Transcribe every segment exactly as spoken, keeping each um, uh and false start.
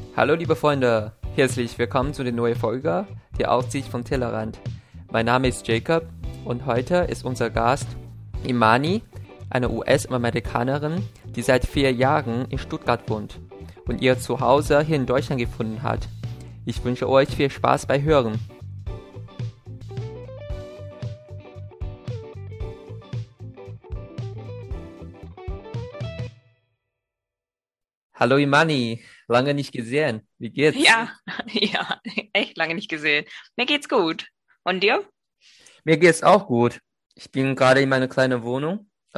Hallo liebe Freunde, herzlich willkommen zu der neuen Folge der Aussicht von Tellerrand. Mein Name ist Jacob und heute ist unser Gast Imani, eine U S-Amerikanerin, die seit vier Jahren in Stuttgart wohnt und ihr Zuhause hier in Deutschland gefunden hat. Ich wünsche euch viel Spaß bei Hören. Hallo Imani, lange nicht gesehen. Wie geht's? Ja, ja, echt lange nicht gesehen. Mir geht's gut. Und dir? Mir geht's auch gut. Ich bin gerade in meiner kleinen Wohnung, äh,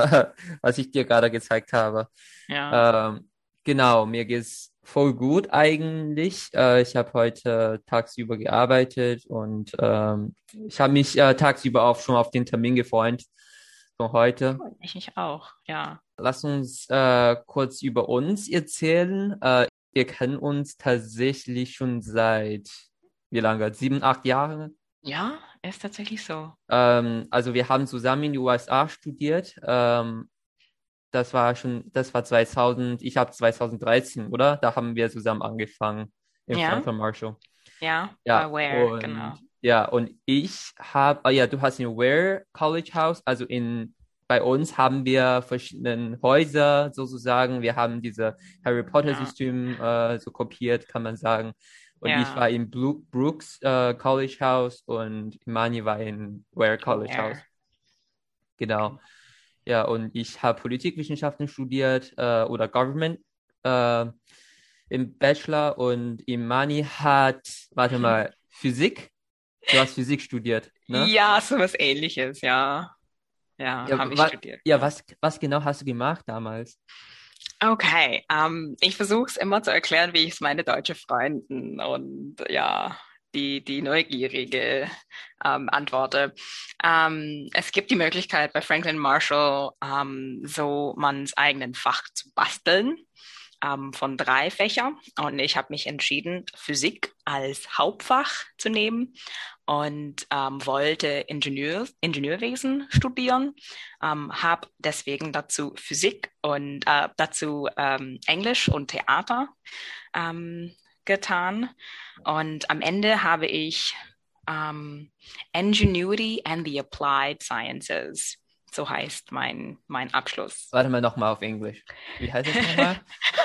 was ich dir gerade gezeigt habe. Ja, Ähm, genau, mir geht's voll gut eigentlich. Äh, ich habe heute tagsüber gearbeitet und ähm, ich habe mich äh, tagsüber auch schon auf den Termin gefreut von heute. cool. Ich mich auch, ja. Lass uns äh, kurz über uns erzählen. Äh, wir kennen uns tatsächlich schon seit wie lange? Sieben, acht Jahren. Ja, ist tatsächlich so. Ähm, also wir haben zusammen in den U S A studiert. Ähm, das war schon, das war zweitausend, ich habe zwanzig dreizehn, oder? Da haben wir zusammen angefangen in Ja, Franklin Marshall. ja, bei Ja, Where, und genau. ja, und ich habe, ah ja, du hast in Ware College House, also in bei uns haben wir verschiedene Häuser sozusagen. Wir haben diese Harry Potter Ja, System äh, so kopiert, kann man sagen. Und ich war ja, in Bru Brooks äh, College House und Imani war in Ware College House. Where. Genau. Ja, und ich habe Politikwissenschaften studiert äh, oder Government äh, im Bachelor und Imani hat, warte mal, Physik. Du hast Physik studiert, ne? Ja, sowas Ähnliches, ja. Ja, Ja, habe ich wa studiert, ja, genau. was, was genau hast du gemacht damals? Okay, ähm, ich versuche es immer zu erklären, wie ich es meine deutsche Freunden und ja, die, die Neugierige ähm, antworte. Ähm, es gibt die Möglichkeit bei Franklin Marshall, ähm, so mans eigenen Fach zu basteln, ähm, von drei Fächern. Und ich habe mich entschieden, Physik als Hauptfach zu nehmen und ähm, wollte Ingenieur, Ingenieurwesen studieren, ähm, habe deswegen dazu Physik und äh, dazu ähm, Englisch und Theater ähm, getan. Und am Ende habe ich ähm, Ingenuity and the Applied Sciences, so heißt mein, mein Abschluss. Warte mal nochmal auf Englisch. Wie heißt das nochmal?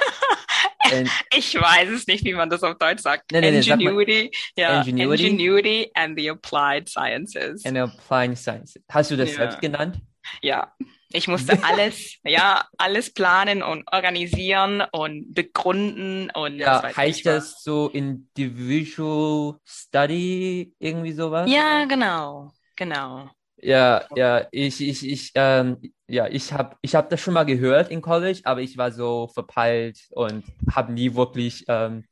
En Ich weiß es nicht, wie man das auf Deutsch sagt. nee, nee, nee, sag mal Ingenuity, ja, Ingenuity Ingenuity and the Applied Sciences. and Applied Science. Hast du das selbst Ja, genannt? ja. Ich musste alles, ja, alles planen und organisieren und begründen und was Ja, weiß ich heißt was. das so Individual Study, irgendwie sowas? Ja, genau, genau. Ja, ja, ich, ich, ich, ähm, ja, ich habe, ich habe das schon mal gehört in College, aber ich war so verpeilt und habe nie wirklich, ähm,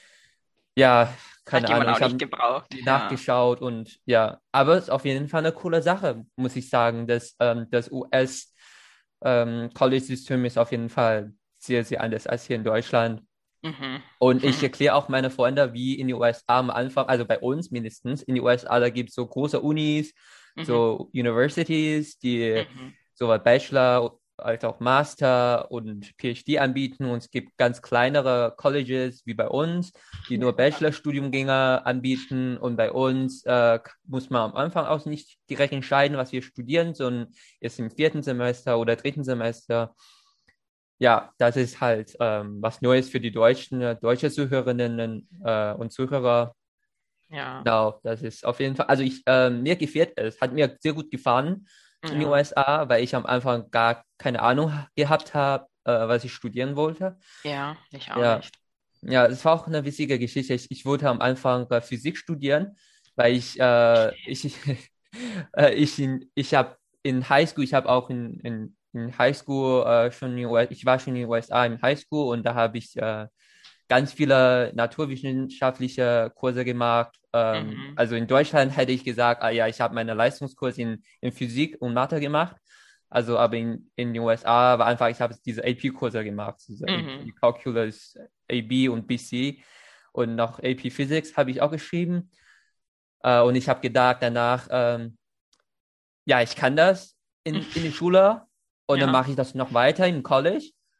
ja, keine Hat jemand Ahnung, auch ich nicht habe gebraucht, nie ja. nachgeschaut und ja, aber es ist auf jeden Fall eine coole Sache, muss ich sagen. Das, ähm, das U S ähm, College-System ist auf jeden Fall sehr, sehr anders als hier in Deutschland. Mhm. Und ich erkläre auch meine Freunde, wie in den U S A am Anfang, also bei uns mindestens, in den U S A, da gibt es so große Unis, Mhm. so Universities, die Mhm. sowohl Bachelor als auch Master und PhD anbieten. Und es gibt ganz kleinere Colleges wie bei uns, die nur Bachelorstudiengänge anbieten. Und bei uns äh, muss man am Anfang auch nicht direkt entscheiden, was wir studieren, sondern erst im vierten Semester oder dritten Semester. Ja, das ist halt ähm, was Neues für die Deutschen, äh, deutsche Zuhörerinnen äh, und Zuhörer. Ja, Genau, das ist auf jeden Fall, also ich, ähm, mir gefällt es, hat mir sehr gut gefallen in den ja, U S A, weil ich am Anfang gar keine Ahnung gehabt habe, äh, was ich studieren wollte. ja, ich auch Ja, nicht. ja, es war auch eine witzige Geschichte. Ich, ich wollte am Anfang äh, Physik studieren, weil ich, äh, ich, äh, ich, in, ich habe in Highschool, ich habe auch in, in, in Highschool äh, schon in den U S, ich war schon in den U S A in Highschool und da habe ich äh, ganz viele naturwissenschaftliche Kurse gemacht. Ähm, Mhm. also in Deutschland hätte ich gesagt, ah ja, ich habe meine Leistungskurs in, in Physik und Mathe gemacht. Also aber in, in den U S A war einfach, ich habe diese A P-Kurse gemacht, diese A P Mhm. Calculus, A B und B C und noch A P Physics habe ich auch geschrieben. Äh, und ich habe gedacht danach, ähm, ja, ich kann das in, in die Schule und dann Ja. mache ich das noch weiter im College.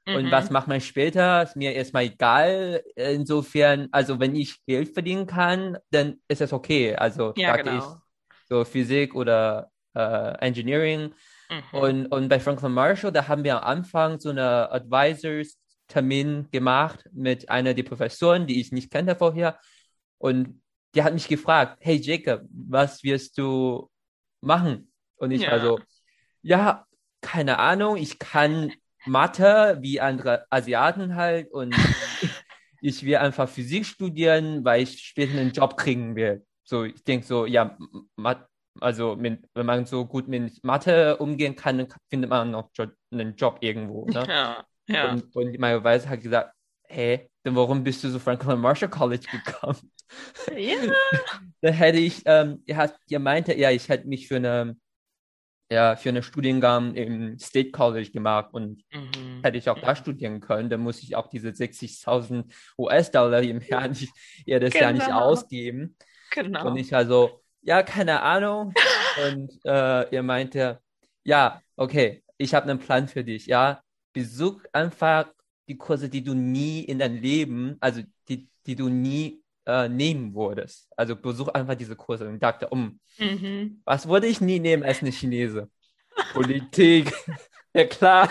Und was Mhm. macht man später? Ist mir erstmal egal. Insofern, also wenn ich Geld verdienen kann, dann ist das okay. Also Ja, sagte ich genau. so Physik oder äh, Engineering. Mhm. Und, und bei Franklin Marshall, da haben wir am Anfang so eine Advisors-Termin gemacht mit einer der Professoren, die ich nicht kannte vorher. Und die hat mich gefragt, hey Jacob, was wirst du machen? Und ich war Ja. so, ja, keine Ahnung, ich kann Mathe wie andere Asiaten halt und ich will einfach Physik studieren, weil ich später einen Job kriegen will. So, ich denke so, ja, Mat also mit, wenn man so gut mit Mathe umgehen kann, dann findet man noch jo einen Job irgendwo, ne? Ja. Ja. Und, und meine Weise hat gesagt, hä, dann warum bist du so Franklin Marshall College gekommen? Ja. Dann hätte ich, ähm, ihr, hat, ihr meinte, ja, ich hätte mich für eine ja, für einen Studiengang im State College gemacht und Mhm. hätte ich auch da Mhm. studieren können, dann muss ich auch diese sechzigtausend U S-Dollar im Jahr nicht, ja, das Jahr nicht Genau. ausgeben. Und Genau. ich war so, ja, keine Ahnung. Und äh, ihr meinte, ja, okay, ich habe einen Plan für dich, ja. Besuch einfach die Kurse, die du nie in deinem Leben, also die, die du nie äh, nehmen würdest. Also besuch einfach diese Kurse. Und ich dachte, um, Mhm. was würde ich nie nehmen als eine Chinese? Politik. Ja klar,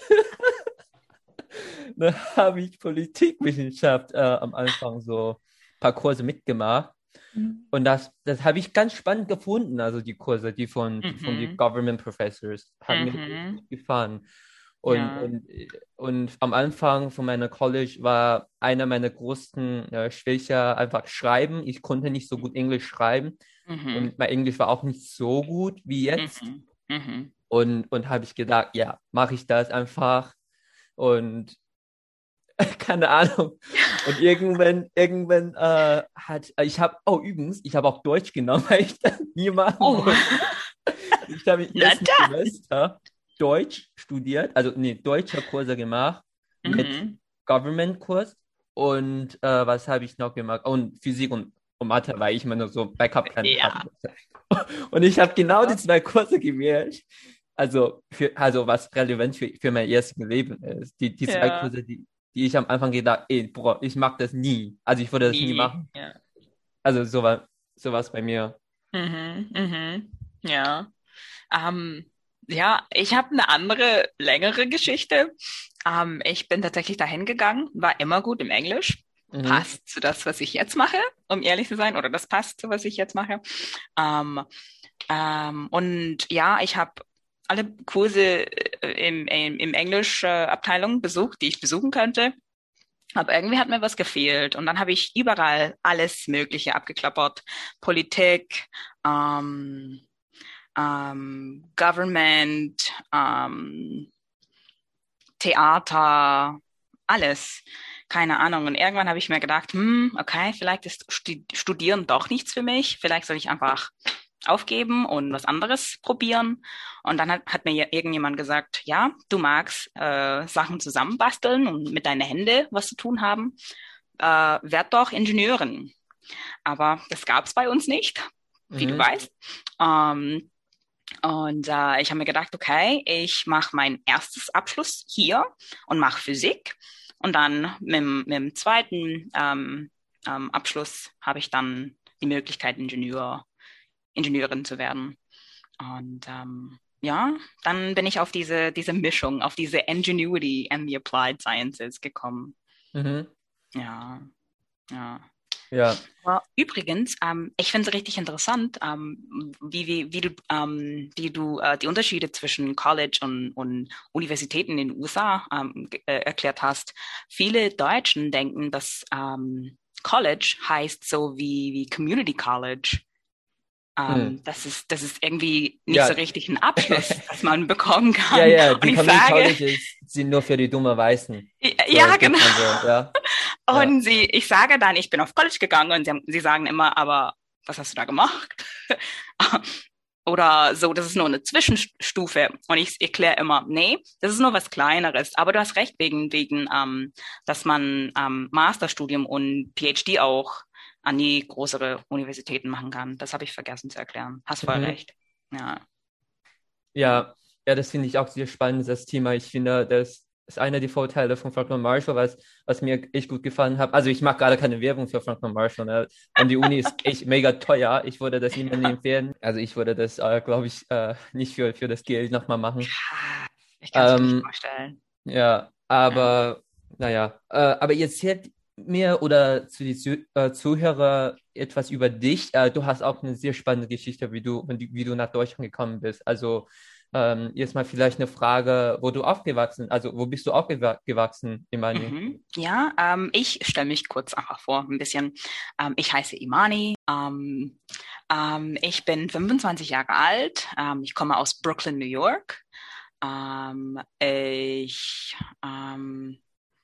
dann habe ich Politikwissenschaft äh, am Anfang so ein paar Kurse mitgemacht. Und das, das habe ich ganz spannend gefunden, also die Kurse, die von, die von den Mhm. Government Professors, hat mir richtig Mhm. gut gefallen. Und, Ja. und, und am Anfang von meiner College war einer meiner größten äh, Schwäche einfach Schreiben. Ich konnte nicht so gut Englisch schreiben Mhm. und mein Englisch war auch nicht so gut wie jetzt. Mhm. Mhm. Und, und habe ich gedacht, ja, mache ich das einfach. Und keine Ahnung. Und irgendwann, irgendwann äh, hat, ich habe, oh übrigens, ich habe auch Deutsch genommen, weil ich das nie machen Oh, wollte. Ich habe im na ersten dann. Semester Deutsch studiert, also nee, deutsche Kurse gemacht mit Mhm. Government-Kurs. Und äh, was habe ich noch gemacht? Und Physik und, und Mathe, weil ich immer nur so Backup-Plan haben Ja. wollte. Und ich habe genau die Ja. zwei Kurse gewählt. Also, für, also was relevant für, für mein erstes Leben ist. Die, die zwei Ja. Kurse, die, die ich am Anfang gedacht, ey, Bro, ich mag das nie. Also ich würde das nie Nie. machen. Ja. Also so war sowas bei mir. Mhm. Mhm. Ja. Ähm, ja, ich habe eine andere, längere Geschichte. Ähm, ich bin tatsächlich dahin gegangen, war immer gut im Englisch. Mhm. Passt zu das, was ich jetzt mache, um ehrlich zu sein, oder das passt zu was ich jetzt mache. Ähm, ähm, und ja, ich habe alle Kurse äh, im, im, im Englisch-Abteilung besucht, die ich besuchen könnte. Aber irgendwie hat mir was gefehlt. Und dann habe ich überall alles Mögliche abgeklappert. Politik, ähm, ähm, Government, ähm, Theater, alles. Keine Ahnung. Und irgendwann habe ich mir gedacht, hm, okay, vielleicht ist Stu- Studieren doch nichts für mich. Vielleicht soll ich einfach aufgeben und was anderes probieren. Und dann hat, hat mir irgendjemand gesagt, ja, du magst äh, Sachen zusammenbasteln und mit deinen Händen was zu tun haben. Äh, werd doch Ingenieurin. Aber das gab es bei uns nicht, wie du Mhm. weißt. Ähm, und äh, ich habe mir gedacht, okay, ich mache meinen erstes Abschluss hier und mache Physik. Und dann mit, dem- mit dem zweiten ähm, ähm, Abschluss habe ich dann die Möglichkeit, Ingenieur, Ingenieurin zu werden. Und ähm, ja, dann bin ich auf diese, diese Mischung, auf diese Ingenuity and the Applied Sciences gekommen. Mhm. Ja, ja. Ja. Aber übrigens, ähm, ich finde es richtig interessant, ähm, wie, wie, wie du, ähm, wie du äh, die Unterschiede zwischen College und, und Universitäten in den U S A ähm, ge- äh, erklärt hast. Viele Deutschen denken, dass ähm, College heißt so wie, wie Community College. Mhm. Ähm, das ist, das ist irgendwie nicht so Ja. richtig ein Abschluss, das man bekommen Ja, kann. ja, Und die ich Community sage, Colleges sind nur für die dumme Weißen. So ja, genau. denkt man so, ja. Ja. Und sie, ich sage dann, ich bin auf College gegangen und sie, haben, sie sagen immer, aber was hast du da gemacht? Oder so, das ist nur eine Zwischenstufe. Und ich erkläre immer, nee, das ist nur was Kleineres. Aber du hast recht, wegen, wegen, ähm, dass man ähm, Masterstudium und PhD auch an die größere Universitäten machen kann. Das habe ich vergessen zu erklären. Hast voll Mhm. recht. Ja, ja. Ja, ja, das finde ich auch sehr spannend, das Thema. Ich finde, dass ist einer der Vorteile von Franklin Marshall, was, was mir echt gut gefallen hat. Also ich mache gerade keine Werbung für Franklin Marshall. Ne? Und die Uni ist echt mega teuer. Ich würde das niemandem empfehlen. Also ich würde das, äh, glaube ich, äh, nicht für, für das Geld nochmal machen. Ich kann es mir nicht Ähm, vorstellen. ja, Ja. aber naja. Äh, aber jetzt erzählt mir oder zu die Zu äh, Zuhörer etwas über dich. Äh, du hast auch eine sehr spannende Geschichte, wie du, wie du nach Deutschland gekommen bist. Also ähm, jetzt mal vielleicht eine Frage, wo du aufgewachsen, also wo bist du aufgewachsen, Imani? Mhm. Ja, ähm, ich stelle mich kurz einfach vor, ein bisschen. Ähm, ich heiße Imani. Ähm, ähm, ich bin fünfundzwanzig Jahre alt. Ähm, ich komme aus Brooklyn, New York. Ähm, ich, ähm,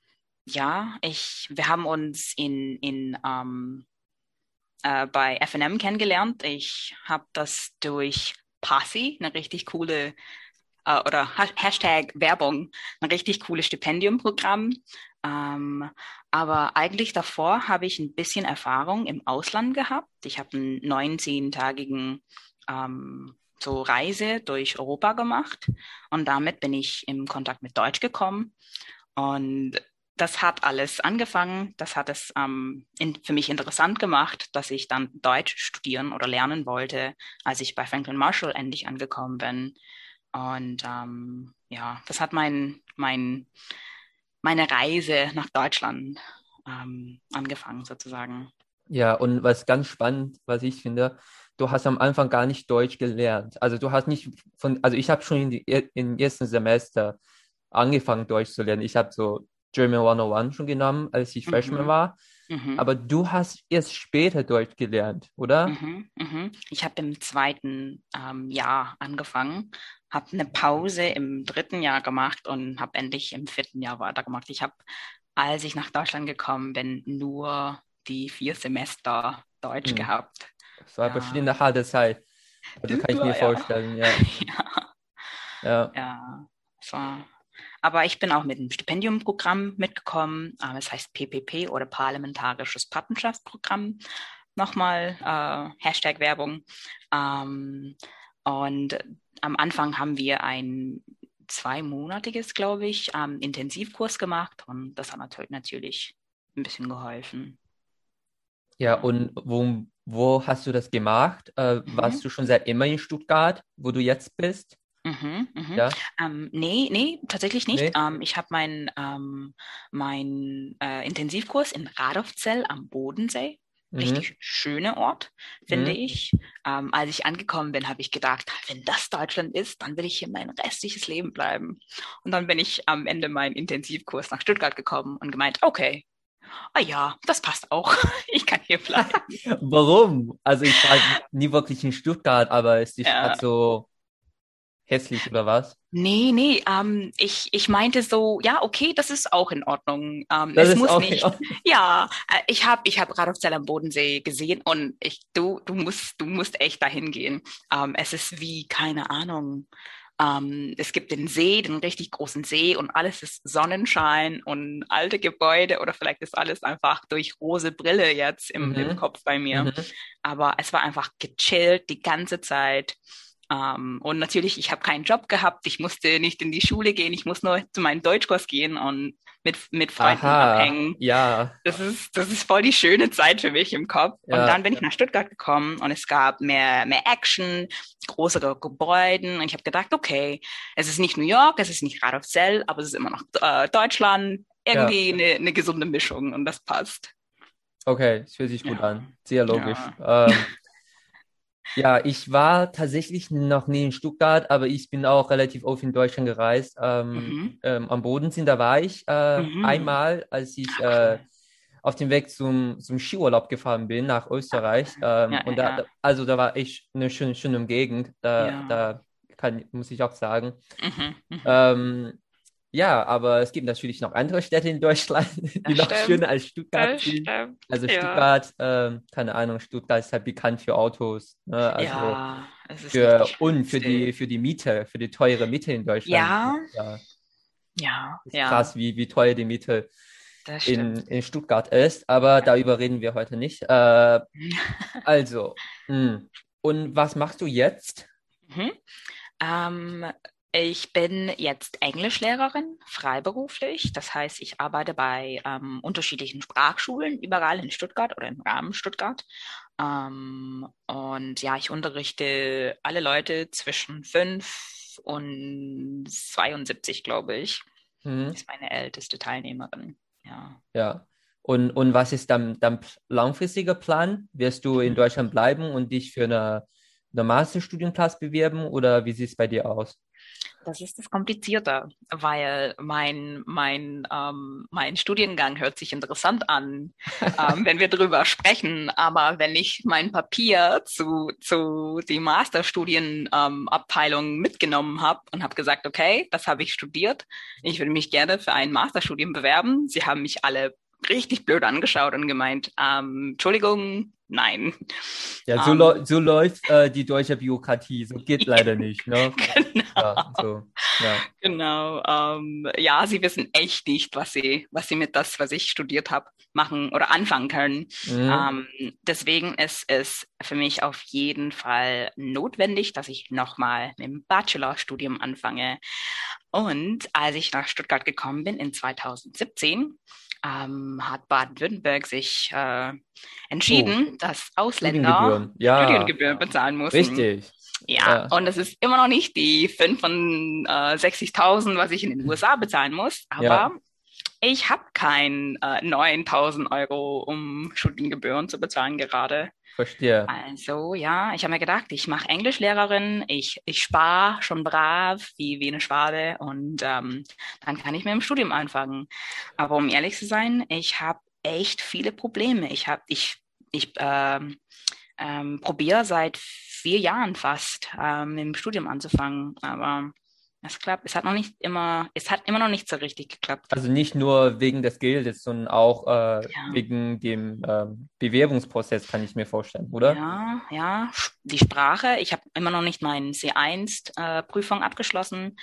ja, ich, wir haben uns in, in, ähm, äh, bei F und M kennengelernt. Ich habe das durch Passi, eine richtig coole äh, oder Ha- Hashtag Werbung, ein richtig cooles Stipendiumprogramm. Ähm, aber eigentlich davor habe ich ein bisschen Erfahrung im Ausland gehabt. Ich habe einen neunzehntägigen ähm, so Reise durch Europa gemacht und damit bin ich in Kontakt mit Deutsch gekommen. Und das hat alles angefangen. Das hat es ähm, in, für mich interessant gemacht, dass ich dann Deutsch studieren oder lernen wollte, als ich bei Franklin Marshall endlich angekommen bin. Und ähm, ja, das hat mein, mein, meine Reise nach Deutschland ähm, angefangen, sozusagen. Ja, und was ganz spannend, was ich finde, du hast am Anfang gar nicht Deutsch gelernt. Also du hast nicht von, also ich habe schon in die, im ersten Semester angefangen, Deutsch zu lernen. Ich habe so German hundertundeins schon genommen, als ich Freshman Mhm, war. mhm, Aber du hast erst später Deutsch gelernt, oder? mhm, mhm. Ich habe im zweiten ähm, Jahr angefangen, habe eine Pause im dritten Jahr gemacht und habe endlich im vierten Jahr weitergemacht. Ich habe, als ich nach Deutschland gekommen bin, nur die vier Semester Deutsch Hm. gehabt. Das war bestimmt Ja, eine harte Zeit. Also du, kann du, ich mir ja. vorstellen, ja. Ja, Ja. ja. Es war Aber ich bin auch mit einem Stipendiumprogramm mitgekommen. Ähm, es heißt P P P oder Parlamentarisches Patenschaftsprogramm. Nochmal äh, Hashtag Werbung. Ähm, und am Anfang haben wir ein zweimonatiges, glaube ich, ähm, Intensivkurs gemacht und das hat natürlich, natürlich ein bisschen geholfen. Ja, Ja. und wo, wo hast du das gemacht? Äh, warst Mhm. du schon seit immer in Stuttgart, wo du jetzt bist? Mhm, mhm. Ja? Ähm, nee, nee, tatsächlich nicht. Nee? Ähm, ich habe meinen ähm, mein, äh, Intensivkurs in Radolfzell am Bodensee. Mhm. Richtig schöner Ort, finde Mhm. ich. Ähm, als ich angekommen bin, habe ich gedacht, wenn das Deutschland ist, dann will ich hier mein restliches Leben bleiben. Und dann bin ich am Ende meinen Intensivkurs nach Stuttgart gekommen und gemeint, okay, ah ja, das passt auch. Ich kann hier bleiben. Warum? Also ich war nie wirklich in Stuttgart, aber ist die Stadt Ja. so hässlich oder was? Nee, nee, ähm, ich, ich meinte so, ja, okay, das ist auch in Ordnung. Ähm, Das es ist muss auch nicht. ja. Ja, äh, ich habe ich hab Radolfzell am Bodensee gesehen und ich, du, du musst, du musst echt dahin gehen. Ähm, es ist wie, keine Ahnung. Ähm, es gibt den See, den richtig großen See und alles ist Sonnenschein und alte Gebäude oder vielleicht ist alles einfach durch rose Brille jetzt im, im Mhm. Kopf bei mir. Mhm. Aber es war einfach gechillt die ganze Zeit. Ähm, und natürlich, ich habe keinen Job gehabt, ich musste nicht in die Schule gehen, ich muss nur zu meinem Deutschkurs gehen und mit, mit Freunden Aha, abhängen. ja, Das ist, das ist voll die schöne Zeit für mich im Kopf. Und dann ja, bin ich nach Stuttgart gekommen und es gab mehr, mehr Action, größere Gebäude. Und ich habe gedacht, okay, es ist nicht New York, es ist nicht Radolfzell, aber es ist immer noch äh, Deutschland. ja. Irgendwie eine, eine gesunde Mischung und das passt. Okay, das hört sich gut Ja, an. Sehr logisch. ja. Ähm, ja, ich war tatsächlich noch nie in Stuttgart, aber ich bin auch relativ oft in Deutschland gereist. Ähm, Mhm. ähm, am Bodensee, da war ich äh, Mhm. einmal, als ich Ah, äh, cool. auf dem Weg zum, zum Skiurlaub gefahren bin nach Ah, Österreich. Ähm, ja, ja, und da, ja. da, also da war echt eine schöne, schöne Gegend. Da, Ja. da kann, muss ich auch sagen. Mhm, mhm. Ähm, ja, aber es gibt natürlich noch andere Städte in Deutschland, die Das noch stimmt, schöner als Stuttgart das sind. stimmt. Also Ja. Stuttgart, ähm, keine Ahnung, Stuttgart ist halt bekannt für Autos, ne? Also Ja, es ist nicht die für und für schönste. die für die Miete, für die teure Miete in Deutschland. Ja, Ja, ja, ist ja, krass, wie, wie teuer die Miete das in, stimmt. in Stuttgart ist, aber Ja. darüber reden wir heute nicht. Äh, also, mh. Und was machst du jetzt? Mhm. Ähm, ich bin jetzt Englischlehrerin, freiberuflich. Das heißt, ich arbeite bei ähm, unterschiedlichen Sprachschulen überall in Stuttgart oder im Rahmen Stuttgart. Ähm, und ja, ich unterrichte alle Leute zwischen fünf und zweiundsiebzig, glaube ich. Mhm. Ist meine älteste Teilnehmerin. Ja. Ja. Und, und was ist dann dein langfristiger Plan? Wirst du in Deutschland bleiben und dich für eine, eine Masterstudienplatz bewerben oder wie sieht es bei dir aus? Das ist das Komplizierte, weil mein, mein, ähm, mein Studiengang hört sich interessant an, ähm, wenn wir drüber sprechen. Aber wenn ich mein Papier zu, zu die Masterstudienabteilung ähm, Abteilung mitgenommen habe und habe gesagt, okay, das habe ich studiert, ich würde mich gerne für ein Masterstudium bewerben. Sie haben mich alle richtig blöd angeschaut und gemeint, ähm, Entschuldigung, nein. Ja, so, Ähm, läu- so läuft äh, die deutsche Bürokratie. So geht leider nicht, ne? Ja, genau. so, ja. Genau. Ähm, ja, sie wissen echt nicht, was sie, was sie mit das, was ich studiert habe, machen oder anfangen können. Mhm. Ähm, deswegen ist es für mich auf jeden Fall notwendig, dass ich nochmal mit dem Bachelorstudium anfange. Und als ich nach Stuttgart gekommen bin in zweitausendsiebzehn, ähm, hat Baden-Württemberg sich äh, Oh, entschieden, dass Ausländer Studiengebühren. Ja, Studiengebühren bezahlen müssen. richtig. Ja, Ja, und es ist immer noch nicht die fünfundsechzigtausend, was ich in den U S A bezahlen muss, aber ja, ich habe kein äh, neuntausend Euro, um Studiengebühren zu bezahlen gerade. verstehe. Also ja, ich habe mir gedacht, ich mache Englischlehrerin, ich, ich spare schon brav wie, wie eine Schwade und ähm, dann kann ich mit dem Studium anfangen. Aber um ehrlich zu sein, ich habe echt viele Probleme. Ich habe, ich, ich ähm, ähm, probiere seit vier Jahren fast ähm, mit dem Studium anzufangen, aber es klappt. Es hat noch nicht immer, es hat immer noch nicht so richtig geklappt. Also nicht nur wegen des Geldes, sondern auch äh, Ja, wegen dem ähm, Bewerbungsprozess, kann ich mir vorstellen, oder? ja, ja. Die Sprache. Ich habe immer noch nicht meine C eins äh, Prüfung abgeschlossen.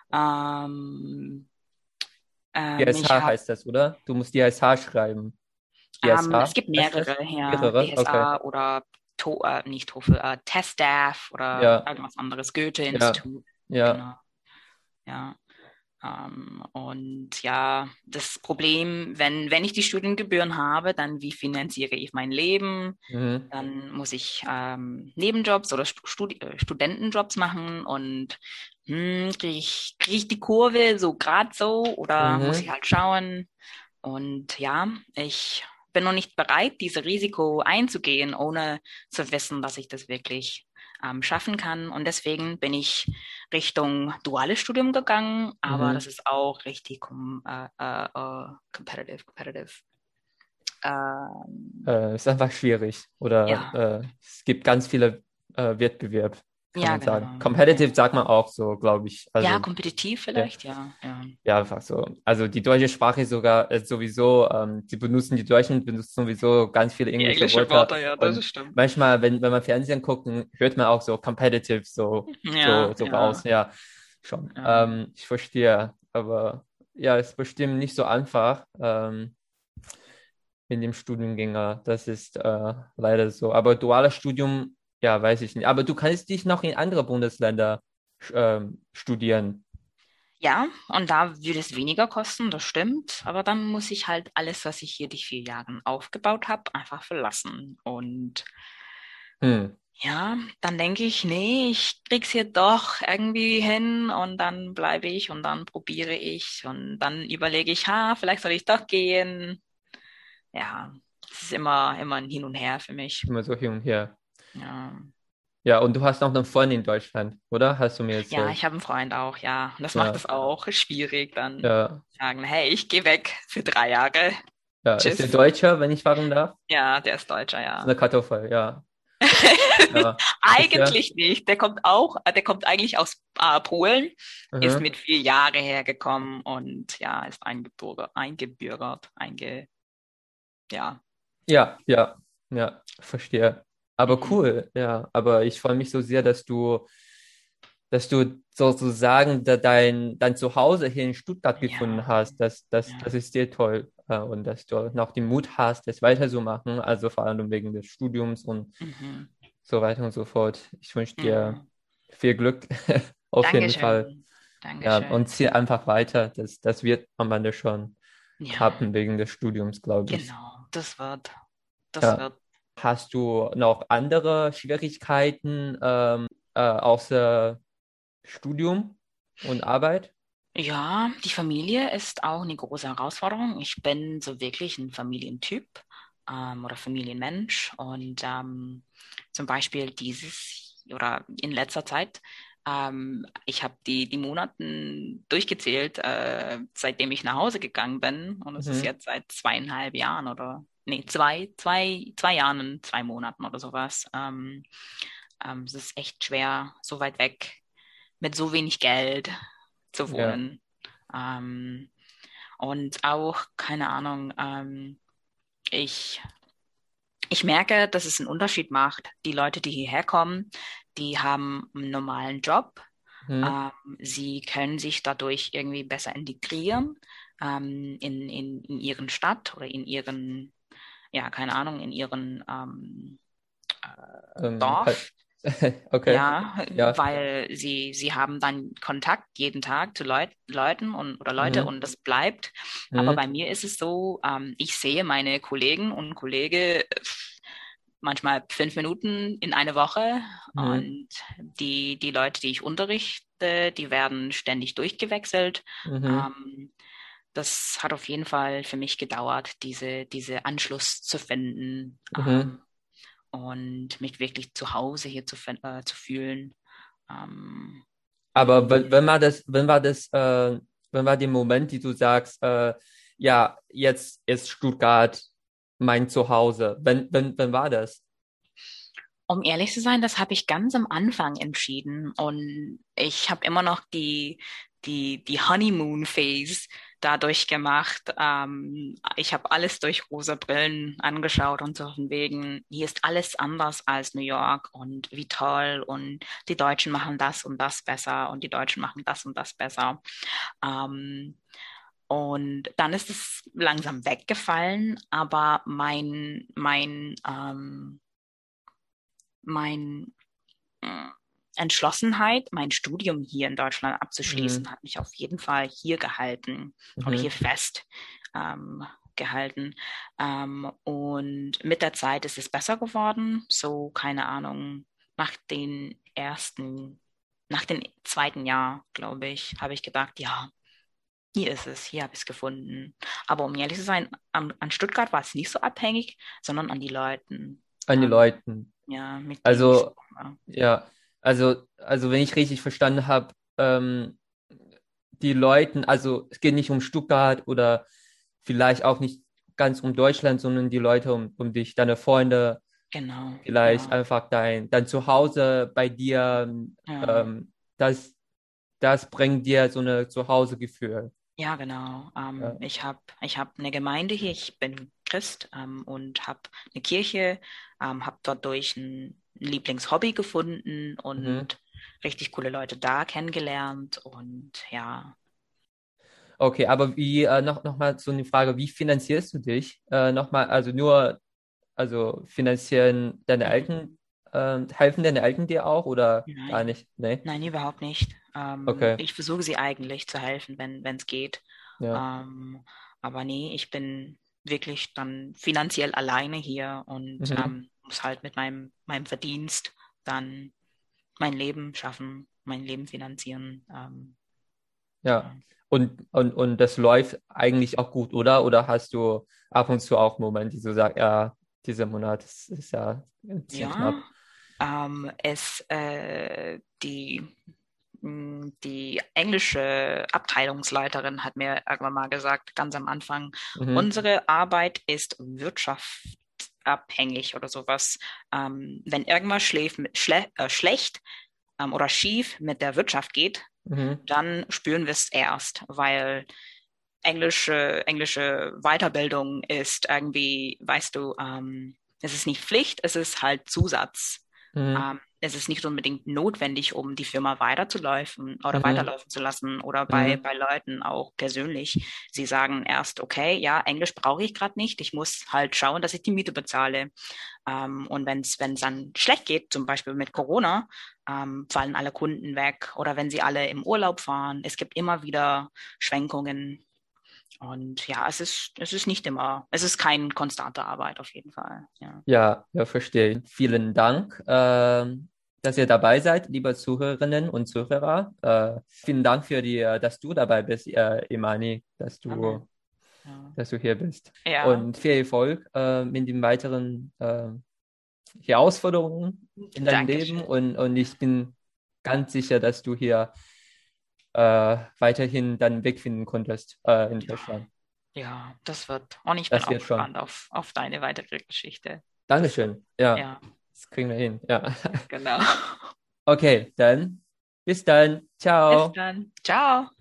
Ähm, ähm, ich D S H habe, heißt das, oder? Du musst D S H schreiben. ähm, es D S H gibt heißt das? mehrere hier, Mehrere? Okay. D S A oder to, äh, nicht TOEFL, äh, TestDaF oder Ja, irgendwas anderes, ja, Goethe-Institut. ja. Genau, ja. Ähm, und ja, das Problem, wenn, wenn ich die Studiengebühren habe, dann wie finanziere ich mein Leben? Mhm. Dann muss ich ähm, Nebenjobs oder Studi äh, Studentenjobs machen und hm, kriege ich, krieg ich die Kurve so gerade so oder muss ich Mhm. halt schauen? Und ja, ich bin noch nicht bereit, dieses Risiko einzugehen, ohne zu wissen, dass ich das wirklich ähm, schaffen kann. Und deswegen bin ich Richtung duales Studium gegangen, aber das Mhm. ist auch richtig com äh, äh, äh, competitive, competitive. Ähm, Äh, ist einfach schwierig. Oder ja, äh, es gibt ganz viele äh, Wettbewerb, kann ja, man sagen. genau. Competitive Ja. sagt man auch so, glaube ich. Ja, Also, kompetitiv ja. vielleicht, ja, ja. Ja, einfach so. Also die deutsche Sprache ist sogar äh, sowieso, ähm, die benutzen, die Deutschen benutzen sowieso ganz viele Die englische englische Wörter. Wörter, ja, das Und ist stimmt. manchmal, wenn, wenn man Fernsehen guckt, dann hört man auch so competitive so, so, Ja, so raus. ja, Ja, schon. ja. Ähm, ich verstehe. Aber ja, es ist bestimmt nicht so einfach ähm, in dem Studiengänger. Das ist äh, leider so. Aber duales Studium, ja, weiß ich nicht. Aber du kannst dich noch in andere Bundesländer ähm, studieren. Ja, und da würde es weniger kosten, das stimmt. Aber dann muss ich halt alles, was ich hier die vier Jahre aufgebaut habe, einfach verlassen. Und Hm. ja, dann denke ich, nee, ich krieg's hier doch irgendwie hin und dann bleibe ich und dann probiere ich und dann überlege ich, ha, vielleicht soll ich doch gehen. Ja, es ist immer, immer ein Hin und Her für mich. Immer so hin und her. Ja, Ja, und du hast auch einen Freund in Deutschland, oder? Hast du mir ja, erzählt? ich habe einen Freund auch, ja. Und das macht Ja, es auch schwierig, dann ja, sagen, hey, ich gehe weg für drei Jahre. ja. Ist der Tschüss. Deutscher, wenn ich fragen darf? Ja, der ist Deutscher, So ja. eine Kartoffel, ja. Ja. Ist der? Eigentlich nicht. Der kommt auch, äh, der kommt eigentlich aus äh, Polen, ist Mhm. mit vier Jahren hergekommen und ja, ist eingebürgert, eingebürgert, einge, ja. Ja, ja, ja, verstehe. Aber Mhm. cool, ja. Aber ich freue mich so sehr, dass du, dass du sozusagen da dein, dein Zuhause hier in Stuttgart gefunden Ja, hast. Das, das, ja. das ist sehr toll. Äh, Und dass du noch den Mut hast, das weiter zu machen. Also vor allem wegen des Studiums und Mhm. so weiter und so fort. Ich wünsche dir Ja. viel Glück, auf jeden Fall. Dankeschön. Ja, Dankeschön. und zieh einfach weiter. Das, das wird am Ende schon Ja, klappen wegen des Studiums, glaube ich. genau. Das wird, das Ja. wird. Hast du noch andere Schwierigkeiten ähm, äh, außer Studium und Arbeit? Ja, die Familie ist auch eine große Herausforderung. Ich bin so wirklich ein Familientyp ähm, oder Familienmensch und ähm, zum Beispiel dieses oder in letzter Zeit, ähm, ich habe die, die Monaten durchgezählt, äh, seitdem ich nach Hause gegangen bin und es ist Mhm. jetzt seit zweieinhalb Jahren oder nee, zwei, zwei, zwei Jahren und zwei Monaten oder sowas. Ähm, ähm, es ist echt schwer, so weit weg mit so wenig Geld zu Ja. wohnen. Ähm, und auch, keine Ahnung, ähm, ich, ich merke, dass es einen Unterschied macht. Die Leute, die hierher kommen, die haben einen normalen Job. Mhm. Ähm, sie können sich dadurch irgendwie besser integrieren ähm, in, in, in ihren Stadt oder in ihren, ja, keine Ahnung, in ihren ähm, Ähm, ka- Dorf. okay. Ja, Ja. weil sie, sie haben dann Kontakt jeden Tag zu Leut Leuten und oder Leute Mhm. und das bleibt. Aber Mhm. bei mir ist es so, ähm, ich sehe meine Kollegen und Kollege äh, manchmal fünf Minuten in eine Woche Mhm. und die, die Leute, die ich unterrichte, die werden ständig durchgewechselt. Mhm. Ähm, das hat auf jeden Fall für mich gedauert, diese, diese Anschluss zu finden. Mhm. Ähm, und mich wirklich zu Hause hier zu, fin- äh, zu fühlen. Ähm, Aber und wenn, wenn war das, wenn war das, äh, wenn war der Moment, die du sagst, äh, ja, jetzt ist Stuttgart mein Zuhause. Wenn, wenn, wenn war das? um ehrlich zu sein, das habe ich ganz am Anfang entschieden. Und ich habe immer noch die, die, die Honeymoon-Phase dadurch gemacht. Ähm, ich habe alles durch rosa Brillen angeschaut und so von wegen, hier ist alles anders als New York und wie toll und die Deutschen machen das und das besser und die Deutschen machen das und das besser. Ähm, Und dann ist es langsam weggefallen, aber mein, mein, ähm, mein äh, Entschlossenheit, mein Studium hier in Deutschland Mhm. abzuschließen, hat mich auf jeden Fall hier gehalten oder hier Mhm. fest ähm, gehalten. Ähm, und mit der Zeit ist es besser geworden. So, keine Ahnung, nach den ersten, nach dem zweiten Jahr, glaube ich, habe ich gedacht, ja, hier ist es, hier habe ich es gefunden. Aber um ehrlich zu sein, an, an Stuttgart war es nicht so abhängig, sondern an die Leuten, An die ähm, Leuten. ja, mit denen ich so Also, war. ja, also, also wenn ich richtig verstanden habe, ähm, die Leuten, also es geht nicht um Stuttgart oder vielleicht auch nicht ganz um Deutschland, sondern die Leute um, um dich, deine Freunde, Genau, vielleicht ja, einfach dein, dein Zuhause bei dir, ja, ähm, das, das bringt dir so eine Zuhausegefühl. ja, genau. Ähm, Ja. ich habe ich hab eine Gemeinde hier, ich bin Christ ähm, und habe eine Kirche, ähm, habe dort durch ein Lieblingshobby gefunden Mhm. und richtig coole Leute da kennengelernt und ja, Okay, aber wie, äh, noch, noch mal so eine Frage, wie finanzierst du dich? Äh, nochmal, also nur, also finanzieren deine Eltern, mhm. ähm, helfen deine Eltern dir auch oder gar Nein, nicht? Nee? nein, überhaupt nicht. Ähm, Okay, ich versuche sie eigentlich zu helfen, wenn wenn es geht. ja. Ähm, aber nee, ich bin wirklich dann finanziell alleine hier und Mhm. ähm, muss halt mit meinem, meinem Verdienst dann mein Leben schaffen, mein Leben finanzieren. Ähm, Ja. ja. Und, und, und das läuft eigentlich auch gut, oder? Oder hast du ab und zu auch Momente, die du sagst, ja, dieser Monat ist, ist ja ein bisschen Ja, knapp. ähm, es, äh, die, mh, die englische Abteilungsleiterin hat mir irgendwann mal gesagt, ganz am Anfang, Mhm. unsere Arbeit ist wirtschaftsabhängig oder sowas. Ähm, wenn irgendwas schläf, schle äh, schlecht ähm, oder schief mit der Wirtschaft geht, Mhm. dann spüren wir es erst, weil englische, englische Weiterbildung ist irgendwie, weißt du, ähm, es ist nicht Pflicht, es ist halt Zusatz. Mhm. Ähm, es ist nicht unbedingt notwendig, um die Firma weiterzulaufen oder Mhm. weiterlaufen zu lassen oder bei, Mhm. bei Leuten auch persönlich. Sie sagen erst, okay, ja, Englisch brauche ich gerade nicht. Ich muss halt schauen, dass ich die Miete bezahle. Ähm, und wenn es wenn es dann schlecht geht, zum Beispiel mit Corona, ähm, fallen alle Kunden weg oder wenn sie alle im Urlaub fahren. Es gibt immer wieder Schwenkungen. Und ja, es ist, es ist nicht immer, es ist keine konstante Arbeit auf jeden Fall. Ja. Ja, ja, verstehe. Vielen Dank, ähm, dass ihr dabei seid, liebe Zuhörerinnen und Zuhörer. Äh, vielen Dank für die, äh, dass du dabei bist, äh, Imani, dass Mhm. du, Ja. dass du hier bist. Ja, Und viel Erfolg äh, mit den weiteren äh, Herausforderungen in deinem Leben. Dankeschön. Und, und Ja. ich bin ganz sicher, dass du hier äh, weiterhin deinen Weg finden konntest äh, in Deutschland. Ja, das wird. Und ich bin Das auch wird schon. gespannt auf, auf deine weitere Geschichte. Das wird, Dankeschön. Ja, ja, das kriegen wir hin. Ja. genau. Okay, dann bis dann. Bis Ciao. dann. Ciao.